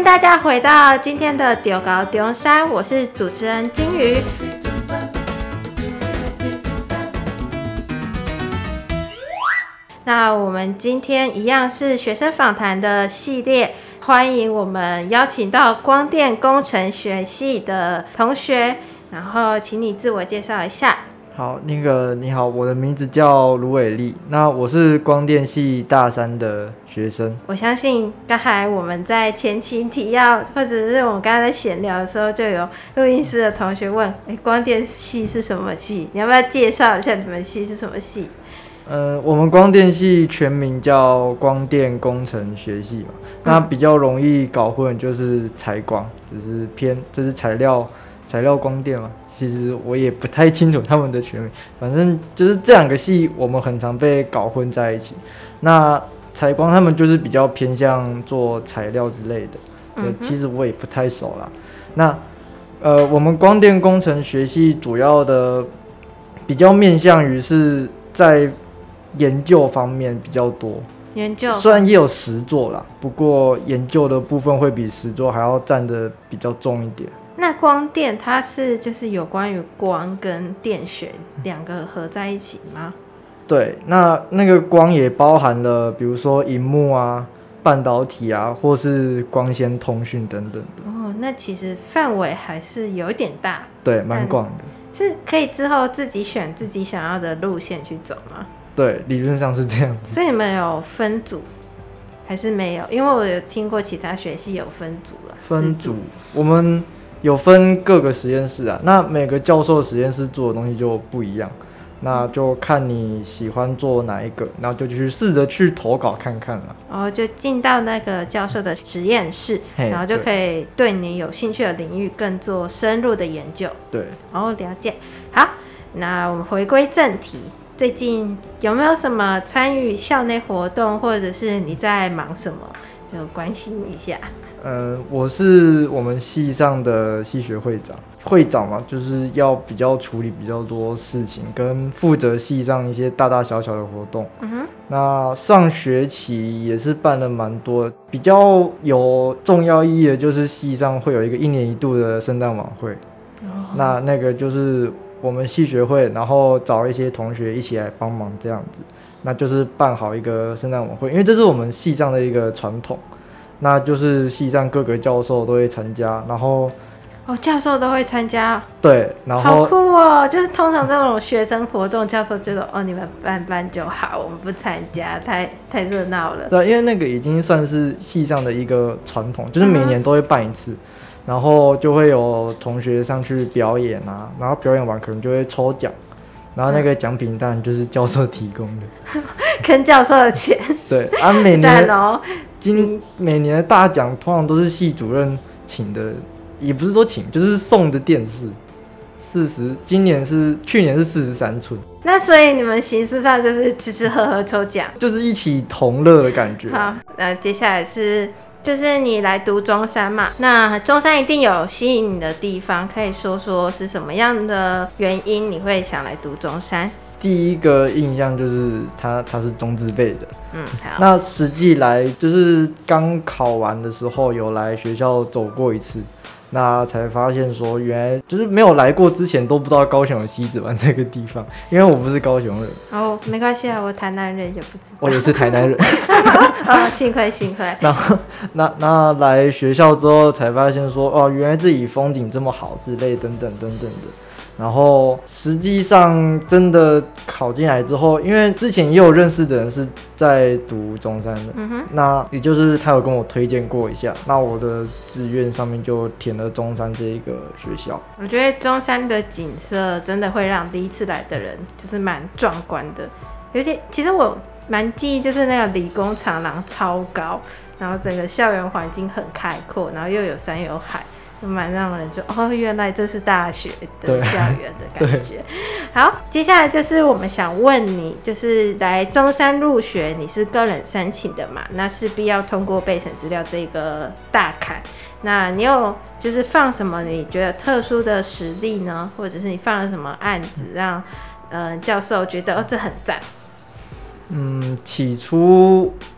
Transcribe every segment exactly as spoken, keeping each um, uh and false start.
大家回到今天的中猴中山，我是主持人金鱼。那我们今天一样是学生访谈的系列，欢迎我们邀请到光电工程学系的同学，然后请你自我介绍一下。 好，那个你好，我的名字叫卢伟立，那我是光电系大三的学生。 我相信刚才我们在前期提要，或者是我们刚才在闲聊的时候，就有录音室的同学问：哎，光电系是什么系？你要不要介绍一下你们系是什么系？ 呃，我们光电系全名叫光电工程学系嘛，那比较容易搞混就是材光，就是偏就是材料材料光电嘛。其实我也不太清楚他们的全名，反正就是这两个系我们很常被搞混在一起。那材光他们就是比较偏向做材料之类的，嗯、其实我也不太熟啦。那呃，我们光电工程学系主要的比较面向于是在研究方面比较多， 研究虽然也有实作啦，不过研究的部分会比实作还要占的比较重一点。 那光电它是就是有关于光跟电学两个合在一起吗？ 对，那那个光也包含了比如说萤幕啊、半导体啊，或是光纤通讯等等的。 哦，那其实范围还是有一点大。 对，蛮广的。 是可以之后自己选自己想要的路线去走吗？ 对，理论上是这样子。 所以你们有分组还是没有？因为我有听过其他学系有分组了。 分组，我们有分各个实验室啊，那每个教授实验室做的东西就不一样，那就看你喜欢做哪一个，然后就去试着去投稿看看了。 哦，就进到那个教授的实验室，然后就可以对你有兴趣的领域更做深入的研究。 对， 哦，了解。好，那我们回归正题，最近有没有什么参与校内活动，或者是你在忙什么，就关心一下。 呃，我是我们系上的系学会长，会长嘛，就是要比较处理比较多事情，跟负责系上一些大大小小的活动。嗯哼，那上学期也是办了蛮多，比较有重要意义的就是系上会有一个一年一度的圣诞晚会。哦，那那个就是我们系学会，然后找一些同学一起来帮忙这样子，那就是办好一个圣诞晚会，因为这是我们系上的一个传统。那就是系上各个教授都会参加，然后哦，教授都会参加， 对，然后好酷哦！就是通常这种学生活动，教授觉得哦，你们办办就好，我们不参加，太太热闹了。 对，因为那个已经算是系上的一个传统，就是每年都会办一次，嗯、然后就会有同学上去表演啊，然后表演完可能就会抽奖，然后那个奖品当然就是教授提供的， 跟教授的钱。 对啊，每年。 哦今每年的大奖通常都是系主任请的，也不是说请，就是送的电视。四十，今年是去年是四十三寸。 那所以你们形式上就是吃吃喝喝抽奖， 就是一起同乐的感觉。 好，那接下来是就是你来读中山嘛，那中山一定有吸引你的地方，可以说说是什么样的原因你会想来读中山？ 第一个印象就是他他是中字辈的， 嗯，好。 那实际来就是刚考完的时候有来学校走过一次，那才发现说原来就是没有来过之前都不知道高雄有西子湾这个地方，因为我不是高雄人。 哦，没关系啊，我台南人也不知道。 我也是台南人。 哦，幸亏幸亏。 然后那那来学校之后才发现说哦，原来自己风景这么好之类等等等等的。然后实际上真的考进来之后，因为之前也有认识的人是在读中山的，嗯哼，那也就是他有跟我推荐过一下，那我的志愿上面就填了中山这一个学校。 我觉得中山的景色真的会让第一次来的人就是蛮壮观的，尤其其实我蛮记忆就是那个理工长廊超高，然后整个校园环境很开阔，然后又有山有海。蛮让人就哦，原来这是大学的校园的感觉。好，接下来就是我们想问你，就是来中山入学，你是个人申请的嘛？那势必要通过备审资料这个大坎。那你有就是放什么你觉得特殊的实例呢？或者是你放了什么案子让呃教授觉得哦这很赞？ 嗯，起初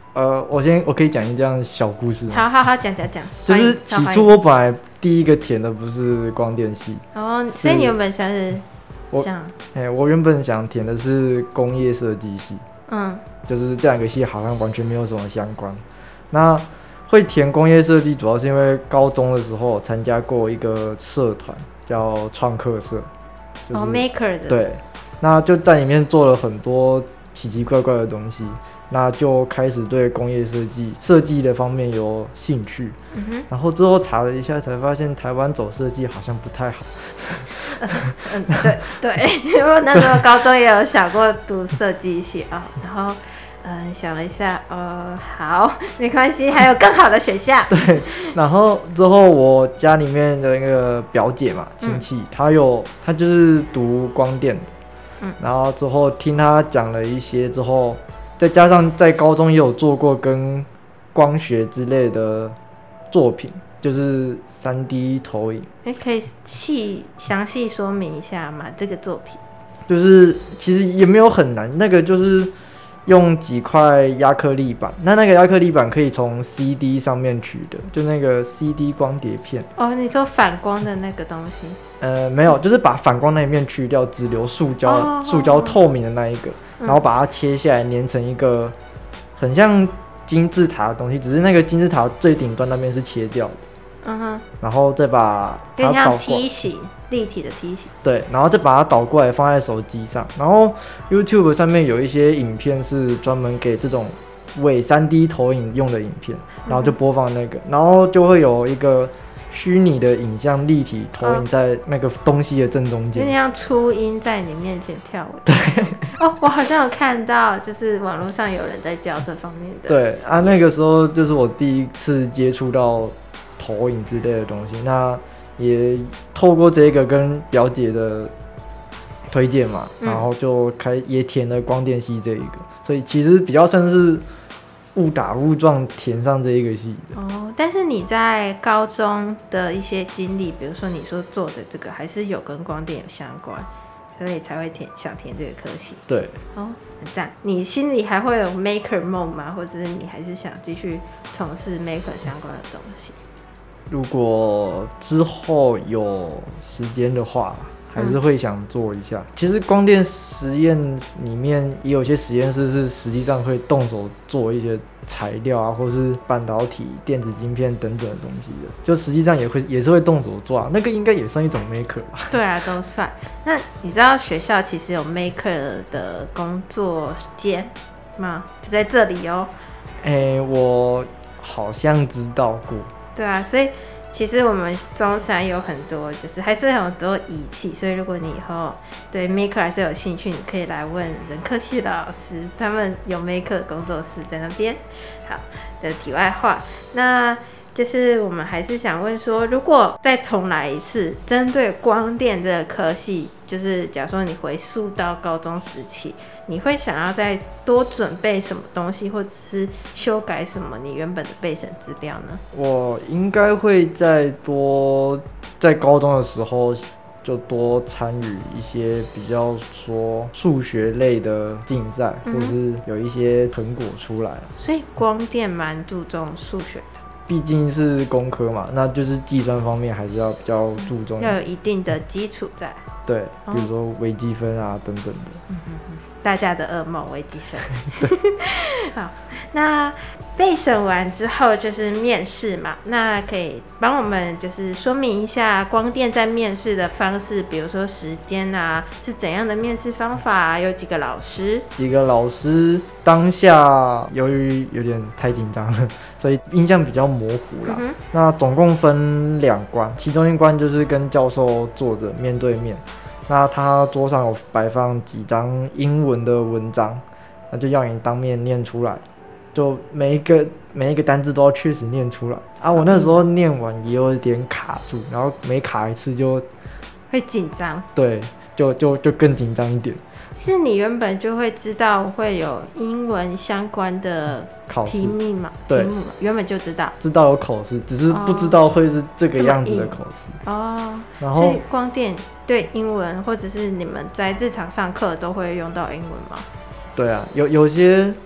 呃，我先我可以讲一这样小故事吗？ 好好好，讲讲讲。 就是起初我本来第一个填的不是光电系， 哦，所以你原本想是想， 哎、欸，我原本想填的是工业设计系， 嗯， 就是这两个系好像完全没有什么相关。那会填工业设计，主要是因为高中的时候参加过一个社团叫创客社，就是、 哦 ，Maker 的， 对，那就在里面做了很多奇奇怪怪的东西。那就开始对工业设计设计的方面有兴趣，嗯哼，然后之后查了一下，才发现台湾走设计好像不太好。 嗯，对对，因为那时候高中也有想过读设计系啊，然后嗯想了一下，呃，好，没关系，还有更好的学校。 对，然后之后我家里面的那个表姐嘛，亲戚，嗯、她有她就是读光电的，嗯，然后之后听她讲了一些之后。再加上在高中也有做过跟光学之类的作品，就是 三 D 投影。 你可以细详细说明一下吗？这个作品就是其实也没有很难，那个就是用几块亚克力板，那那个亚克力板可以从 C D 上面取的，就那个 C D 光碟片。 哦，你说反光的那个东西？ 呃，没有，就是把反光那一面去掉，只留塑胶， 哦、 塑胶透明的那一个。然后把它切下来，粘成一个很像金字塔的东西，只是那个金字塔最顶端那边是切掉的。嗯哼。然后再把它倒过来， 梯形，立体的梯形。 对，然后再把它倒过来放在手机上。然后 YouTube 上面有一些影片是专门给这种伪 三 D 投影用的影片，然后就播放那个，嗯、然后就会有一个虚拟的影像立体投影在那个东西的正中间， 就像初音在你面前跳舞。 对。 哦，我好像有看到，就是网络上有人在教这方面的。 对啊，那个时候就是我第一次接触到投影之类的东西，那也透过这个跟表姐的推荐嘛，嗯、然后就开也填了光电系这一个，所以其实比较算是误打误撞填上这一个系的。 哦，但是你在高中的一些经历，比如说你说做的这个，还是有跟光电有相关。所以才会填想填这个科系。 对， 哦，很赞。你心里还会有 maker 梦吗？或者是你还是想继续从事 maker 相关的东西？ 如果之后有时间的话，还是会想做一下。嗯、其实光电实验里面也有些实验室是实际上会动手做一些材料啊，或是半导体、电子晶片等等的东西的，就实际上也会也是会动手做啊。那个应该也算一种 maker 吧？ 对啊，都算。那你知道学校其实有 maker 的工作间吗？就在这里哦。 哎、欸，我好像知道过。 对啊，所以其实我们中山有很多，就是还是有很多仪器，所以如果你以后对 maker 还是有兴趣，你可以来问人科系的老师，他们有 maker 工作室在那边。好的，题外话，那就是我们还是想问说，如果再重来一次，针对光电这个科系，就是假如说你回溯到高中时期，你会想要再多准备什么东西，或者是修改什么你原本的备审资料呢？ 我应该会再多在高中的时候就多参与一些比较说数学类的竞赛，嗯、或是有一些成果出来。 所以光电蛮注重数学的。毕竟是工科嘛，那就是计算方面还是要比较注重， 要有一定的基础在。 对，比如说微积分啊等等的。 嗯哼哼，大家的噩梦微积分。好，那备审完之后就是面试嘛，那可以帮我们就是说明一下光电在面试的方式，比如说时间啊，是怎样的面试方法啊，有几个老师？ 几个老师当下由于有点太紧张了，所以印象比较模糊啦。嗯、那总共分两关，其中一关就是跟教授坐着面对面。那他桌上有摆放几张英文的文章，那就要你当面念出来，就每一个每一个单字都要确实念出来啊。我那时候念完也有点卡住，然后每卡一次就会紧张， 对，就就就更紧张一点。 是你原本就会知道会有英文相关的题目吗？ 对， 题目原本就知道， 知道有口试，只是不知道会是这个样子的口试。 哦， 然后所以光电对英文或者是你们在日常上课都会用到英文吗？ 对啊，有有些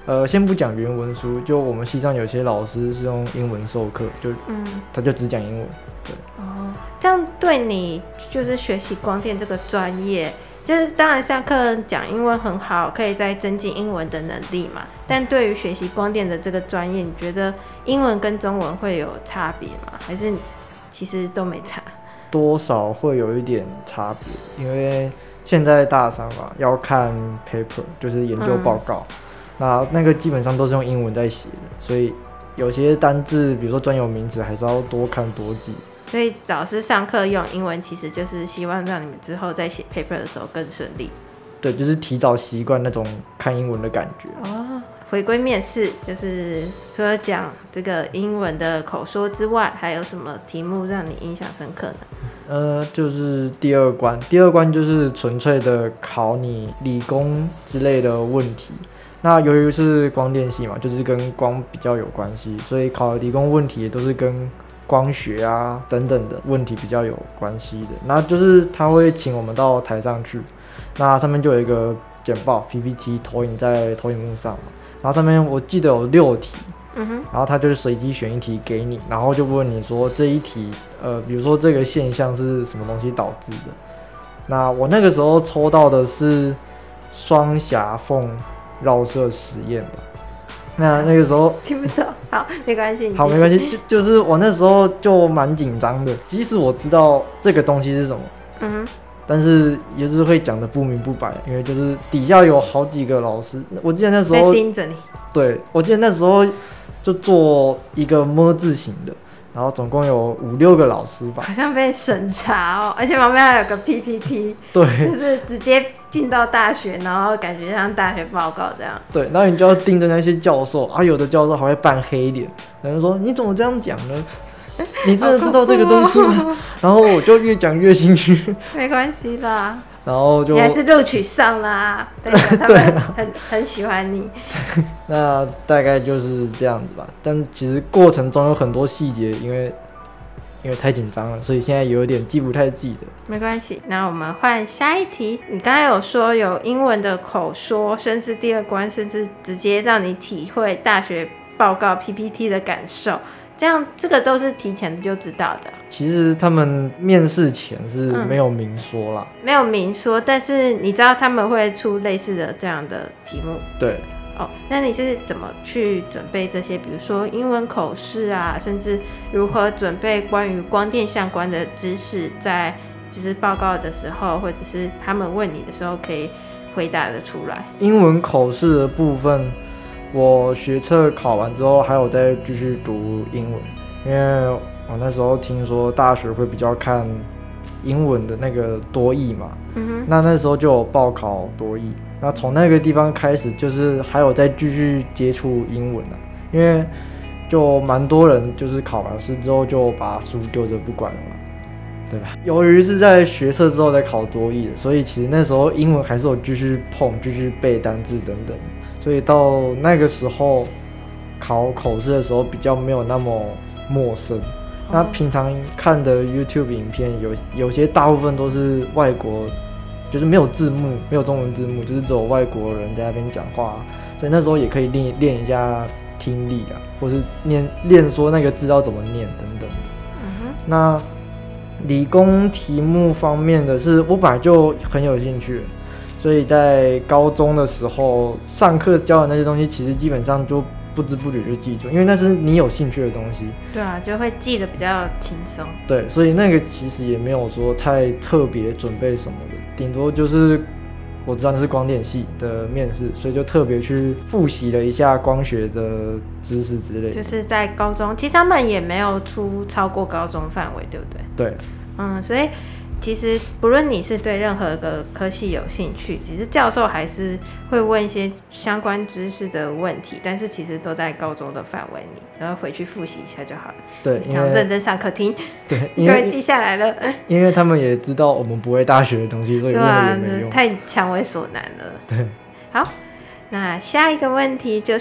呃，先不讲原文书，就我们系上有些老师是用英文授课，就嗯，他就只讲英文。对哦，这样对你就是学习光电这个专业，就是当然上课讲英文很好，可以再增进英文的能力嘛。但对于学习光电的这个专业，你觉得英文跟中文会有差别吗？还是其实都没差？ 多少会有一点差别，因为现在大三嘛，要看 paper， 就是研究报告，嗯、那那个基本上都是用英文在写的，所以有些单字，比如说专有名词，还是要多看多记。 所以老师上课用英文，其实就是希望让你们之后在写 paper 的时候更顺利。 对，就是提早习惯那种看英文的感觉。 哦，回归面试，就是除了讲这个英文的口说之外，还有什么题目让你印象深刻呢？ 呃，就是第二关，第二关就是纯粹的考你理工之类的问题。那由于是光电系嘛，就是跟光比较有关系，所以考的理工问题也都是跟光学啊等等的问题比较有关系的。那就是他会请我们到台上去，那上面就有一个简报 P P T 投影在投影幕上嘛，然后上面我记得有六题，嗯哼，然后他就是随机选一题给你，然后就问你说这一题，呃，比如说这个现象是什么东西导致的。那我那个时候抽到的是双狭缝绕射实验吧。那那个时候听不懂，好，没关系， 好，没关系，就就是我那时候就蛮紧张的，即使我知道这个东西是什么，嗯哼，但是也是会讲的不明不白，因为就是底下有好几个老师，我记得那时候在盯着你， 对，我记得那时候就做一个么字形的，然后总共有五六个老师吧， 好像被审查哦，而且旁边还有个 P P T， 对，就是直接进到大学，然后感觉像大学报告这样。 对，然后你就要盯着那些教授啊，有的教授还会扮黑脸，然后说你怎么这样讲呢？你真的知道这个东西吗？然后我就越讲越心虚。 没关系啦， 然后就你还是录取上啦，对，他们很很喜欢你。 那大概就是这样子吧，但其实过程中有很多细节，因为因为太紧张了，所以现在有点记不太记得。 没关系，那我们换下一题。你刚才有说有英文的口说，甚至第二关，甚至直接让你体会大学报告 P P T 的感受。这样，这个都是提前就知道的。 其实他们面试前是没有明说啦、 嗯，没有明说，但是你知道他们会出类似的这样的题目。 对。 哦，那你是怎么去准备这些？比如说英文口试啊，甚至如何准备关于光电相关的知识，在就是报告的时候，或者是他们问你的时候，可以回答得出来。 英文口试的部分，我学测考完之后还有再继续读英文，因为我那时候听说大学会比较看英文的那个多益嘛，嗯哼，那那时候就有报考多益，那从那个地方开始就是还有再继续接触英文了，因为就蛮多人就是考完试之后就把书丢着不管了嘛，对吧？由于是在学测之后再考多益的，所以其实那时候英文还是有继续碰、继续背单字等等，所以到那个时候考口试的时候比较没有那么陌生。那平常看的 YouTube 影片有有些大部分都是外国，就是没有字幕，没有中文字幕，就是只有外国人在那边讲话，所以那时候也可以练练一下听力啊，或是念练说那个字要怎么念等等的。嗯哼。那理工题目方面的是，我本来就很有兴趣，所以在高中的时候上课教的那些东西，其实基本上就不知不觉就记住，因为那是你有兴趣的东西。 对啊，就会记得比较轻松。 对，所以那个其实也没有说太特别准备什么的，顶多就是我知道那是光电系的面试，所以就特别去复习了一下光学的知识之类的。 就是在高中，其实他们也没有出超过高中范围，对不对？ 对。 嗯，所以其实不论你是对任何个科系有兴趣，其实教授还是会问一些相关知识的问题，但是其实都在高中的范围里，然后回去复习一下就好了。 对， 然后认真上课听， 对， 就会记下来了。 因为他们也知道我们不会大学的东西，所以问了也没用。 对啊，太强为所难了。 对， 好， 那下一个问题就是，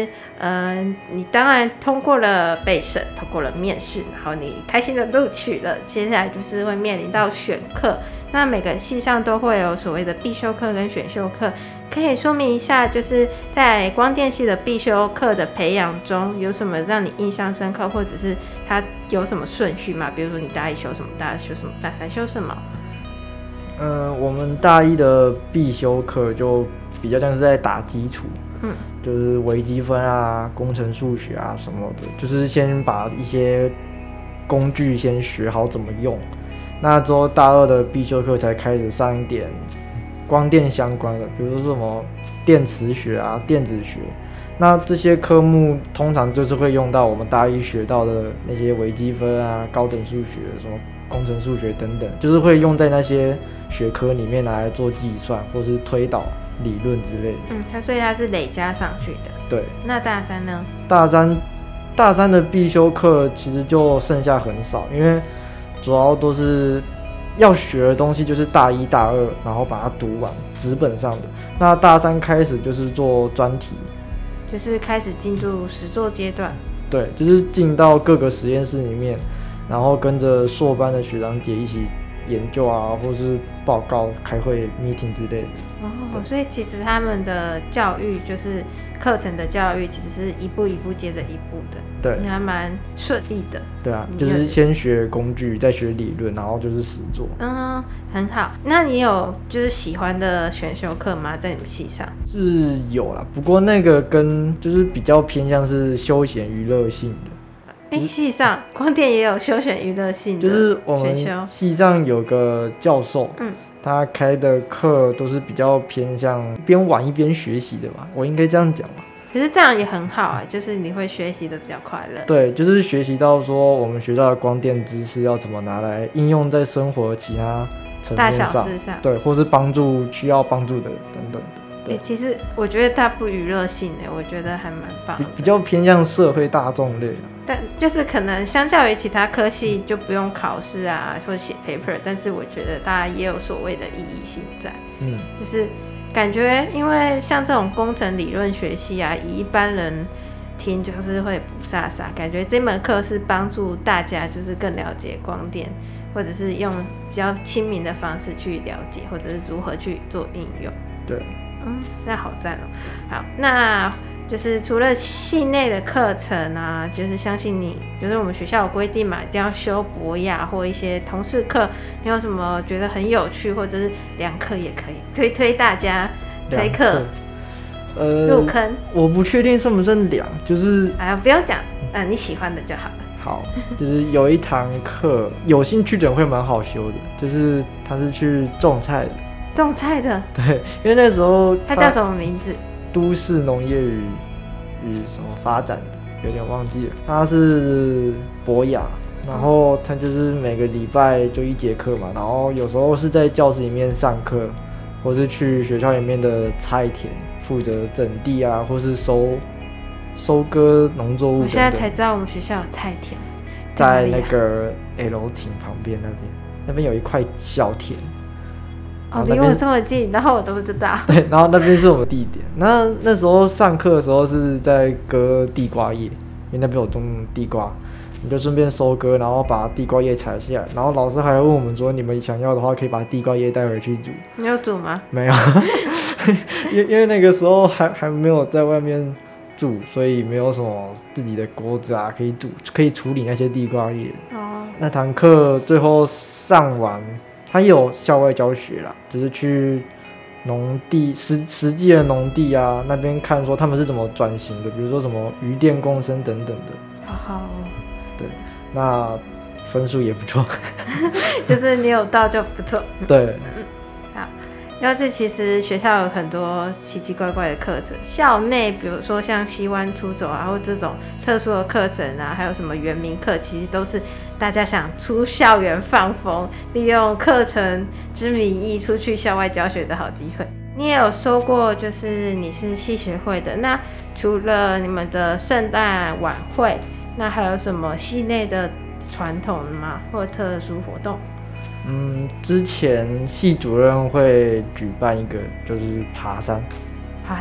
呃，你当然通过了备审，通过了面试，然后你开心的录取了，接下来就是会面临到选课。那每个系上都会有所谓的必修课跟选修课，可以说明一下，就是在光电系的必修课的培养中，有什么让你印象深刻，或者是它有什么顺序吗？比如说你大一修什么，大二修什么，大三修什么？ 嗯，我们大一的必修课就比较像是在打基础，嗯，就是微积分啊、工程数学啊什么的，就是先把一些工具先学好怎么用。那之后大二的必修课才开始上一点光电相关的，比如说什么电磁学啊、电子学。那这些科目通常就是会用到我们大一学到的那些微积分啊、高等数学、什么工程数学等等，就是会用在那些学科里面拿来做计算或是推导理论之类的。 嗯，它所以它是累加上去的。 对。 那大三呢？ 大三，大三的必修课其实就剩下很少，因为主要都是要学的东西就是大一、大二，然后把它读完纸本上的。那大三开始就是做专题， 就是开始进入实作阶段。 对，就是进到各个实验室里面，然后跟着硕班的学长姐一起研究啊，或是报告、开会、meeting 之类的。 哦，所以其实他们的教育就是课程的教育，其实是一步一步接着一步的， 对， 还蛮顺利的。 对啊，就是先学工具，再学理论，然后就是实作。 嗯，很好。那你有就是喜欢的选修课吗？在你们系上？ 是有啦，不过那个跟就是比较偏向是休闲娱乐性的。 哎、欸，系上光电也有休闲娱乐性的选修， 就是我们系上有个教授，嗯，他开的课都是比较偏向一边玩一边学习的吧，我应该这样讲吧。 可是这样也很好啊，就是你会学习的比较快乐。 对，就是学习到说我们学到的光电知识要怎么拿来应用在生活其他层面上，大小事上，对，或是帮助需要帮助的人等等的。 欸、其实我觉得它不娱乐性的，我觉得还蛮棒的， 比, 比较偏向社会大众类的。 但就是可能相较于其他科系就不用考试啊或写 paper， 但是我觉得大家也有所谓的意义性在。嗯，就是感觉因为像这种工程理论学系啊，以一般人听就是会不飒飒，感觉这门课是帮助大家就是更了解光电，或者是用比较亲民的方式去了解，或者是如何去做应用。 对。 嗯，那好赞哦。好，那就是除了系内的课程啊，就是相信你，就是我们学校有规定嘛，一定要修博雅或一些同事课。你有什么觉得很有趣，或者是良课也可以推推大家推课？呃，入坑？ 我不确定算不算良，就是哎呀，不用讲，嗯，你喜欢的就好了。 好，就是有一堂课，有兴趣的人会蛮好修的，就是他是去种菜的。 种菜的， 对，因为那时候他叫什么名字？ 都市农业与与什么发展，有点忘记了。他是博雅，然后他就是每个礼拜就一节课嘛，然后有时候是在教室里面上课，或是去学校里面的菜田负责整地啊，或是收收割农作物等等。 我现在才知道我们学校有菜田， 在那个 L 亭旁边那边，那边有一块小田。 哦，离我这么近，然后我都不知道。 对，然后那边是我们地点。那那时候上课的时候是在割地瓜叶，因为那边有种地瓜，你就顺便收割，然后把地瓜叶采下来。然后老师还会问我们说，你们想要的话，可以把地瓜叶带回去煮。 你有煮吗？ 没有，因为因为那个时候还还没有在外面住，所以没有什么自己的锅子啊，可以煮，可以处理那些地瓜叶。哦。那堂课最后上完。他有校外教学啦，就是去农地实实际的农地啊那边看，说他们是怎么转型的，比如说什么渔电共生等等的。 好好哦。 对，那分数也不错。 就是你有到就不错。 对。 嗯，好。因为这其实学校有很多奇奇怪怪的课程，校内比如说像西湾出走啊，或这种特殊的课程啊，还有什么原民课，其实都是大家想出校园放风，利用课程之名义出去校外教学的好机会。你也有说过，就是你是系学会的，那除了你们的圣诞晚会，那还有什么系内的传统吗？或特殊活动？ 嗯，之前系主任会举办一个，就是爬山。 爬山？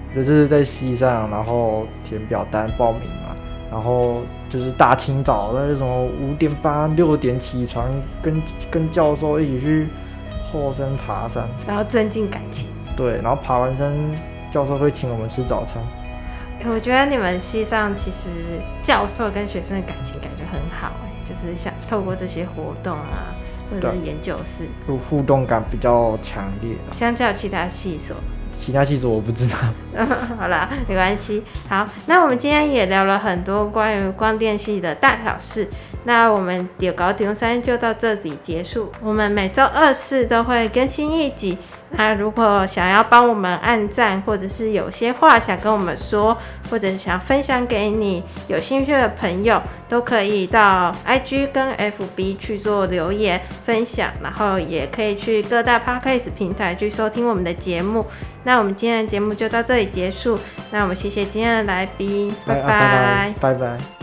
就是在系上，然后填表单报名嘛，然后就是大清早那什么五点半六点起床，跟跟教授一起去后山爬山， 然后增进感情。 对，然后爬完山，教授会请我们吃早餐。 我觉得你们系上其实教授跟学生的感情感觉很好，就是想透过这些活动啊，或者是研究室， 互动感比较强烈。 相较其他系所， 其他系所我不知道。 好啦，没关系。好，那我们今天也聊了很多关于光电系的大小事。那我们丢高丢三就到这里结束。我们每周二四都会更新一集。那如果想要帮我们按赞，或者是有些话想跟我们说，或者是想分享给你有兴趣的朋友，都可以到 I G 跟 F B 去做留言分享，然后也可以去各大 Podcast 平台去收听我们的节目。那我们今天的节目就到这里结束，那我们谢谢今天的来宾，拜拜， 拜拜。拜拜。